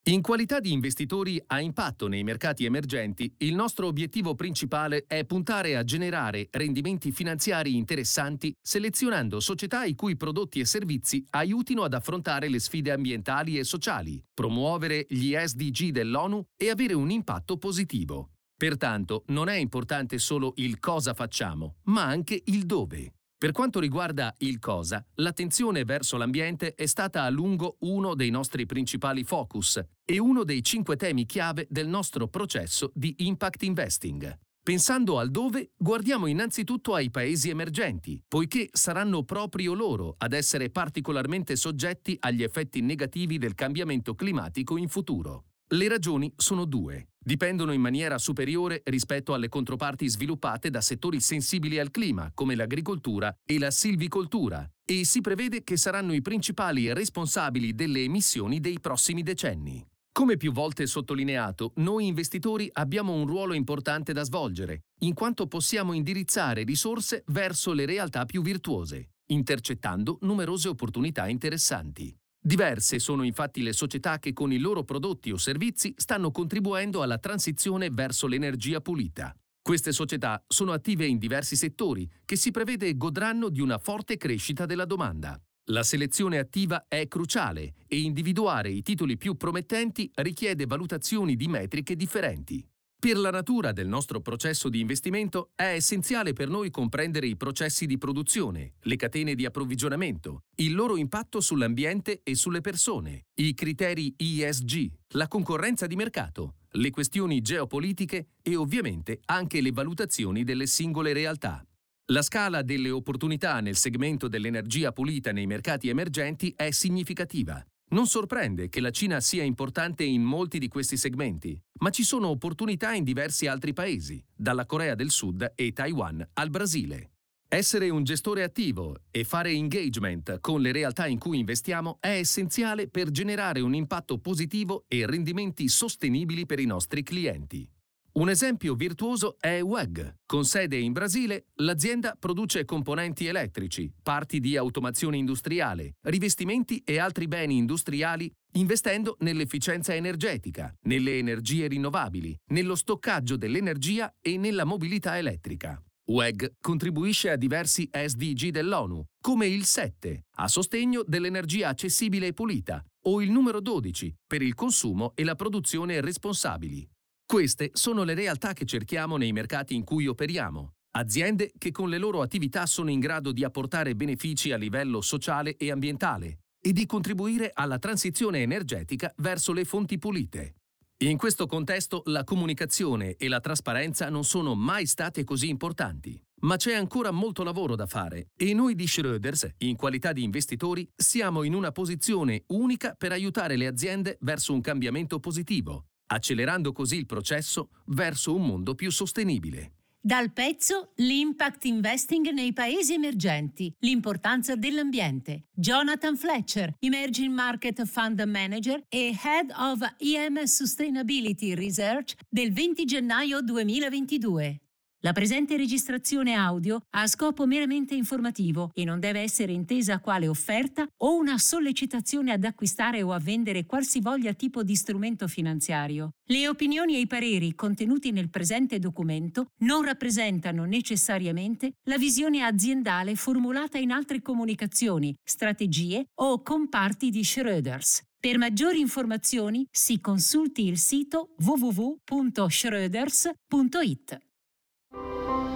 In qualità di investitori a impatto nei mercati emergenti, il nostro obiettivo principale è puntare a generare rendimenti finanziari interessanti selezionando società i cui prodotti e servizi aiutino ad affrontare le sfide ambientali e sociali, promuovere gli SDG dell'ONU e avere un impatto positivo. Pertanto, non è importante solo il cosa facciamo, ma anche il dove. Per quanto riguarda il cosa, l'attenzione verso l'ambiente è stata a lungo uno dei nostri principali focus e uno dei 5 temi chiave del nostro processo di impact investing. Pensando al dove, guardiamo innanzitutto ai paesi emergenti, poiché saranno proprio loro ad essere particolarmente soggetti agli effetti negativi del cambiamento climatico in futuro. Le ragioni sono 2. Dipendono in maniera superiore rispetto alle controparti sviluppate da settori sensibili al clima, come l'agricoltura e la silvicoltura, e si prevede che saranno i principali responsabili delle emissioni dei prossimi decenni. Come più volte sottolineato, noi investitori abbiamo un ruolo importante da svolgere, in quanto possiamo indirizzare risorse verso le realtà più virtuose, intercettando numerose opportunità interessanti. Diverse sono infatti le società che con i loro prodotti o servizi stanno contribuendo alla transizione verso l'energia pulita. Queste società sono attive in diversi settori che si prevede godranno di una forte crescita della domanda. La selezione attiva è cruciale e individuare i titoli più promettenti richiede valutazioni di metriche differenti. Per la natura del nostro processo di investimento è essenziale per noi comprendere i processi di produzione, le catene di approvvigionamento, il loro impatto sull'ambiente e sulle persone, i criteri ESG, la concorrenza di mercato, le questioni geopolitiche e ovviamente anche le valutazioni delle singole realtà. La scala delle opportunità nel segmento dell'energia pulita nei mercati emergenti è significativa. Non sorprende che la Cina sia importante in molti di questi segmenti, ma ci sono opportunità in diversi altri paesi, dalla Corea del Sud e Taiwan al Brasile. Essere un gestore attivo e fare engagement con le realtà in cui investiamo è essenziale per generare un impatto positivo e rendimenti sostenibili per i nostri clienti. Un esempio virtuoso è WEG. Con sede in Brasile, l'azienda produce componenti elettrici, parti di automazione industriale, rivestimenti e altri beni industriali, investendo nell'efficienza energetica, nelle energie rinnovabili, nello stoccaggio dell'energia e nella mobilità elettrica. WEG contribuisce a diversi SDG dell'ONU, come il 7, a sostegno dell'energia accessibile e pulita, o il numero 12, per il consumo e la produzione responsabili. Queste sono le realtà che cerchiamo nei mercati in cui operiamo, aziende che con le loro attività sono in grado di apportare benefici a livello sociale e ambientale e di contribuire alla transizione energetica verso le fonti pulite. In questo contesto la comunicazione e la trasparenza non sono mai state così importanti, ma c'è ancora molto lavoro da fare e noi di Schroders, in qualità di investitori, siamo in una posizione unica per aiutare le aziende verso un cambiamento positivo, accelerando così il processo verso un mondo più sostenibile. Dal pezzo L'impact investing nei paesi emergenti, l'importanza dell'ambiente. Jonathan Fletcher, Emerging Market Fund Manager e Head of EM Sustainability Research del 20 gennaio 2022. La presente registrazione audio ha scopo meramente informativo e non deve essere intesa quale offerta o una sollecitazione ad acquistare o a vendere qualsivoglia tipo di strumento finanziario. Le opinioni e i pareri contenuti nel presente documento non rappresentano necessariamente la visione aziendale formulata in altre comunicazioni, strategie o comparti di Schroders. Per maggiori informazioni si consulti il sito www.schroders.it.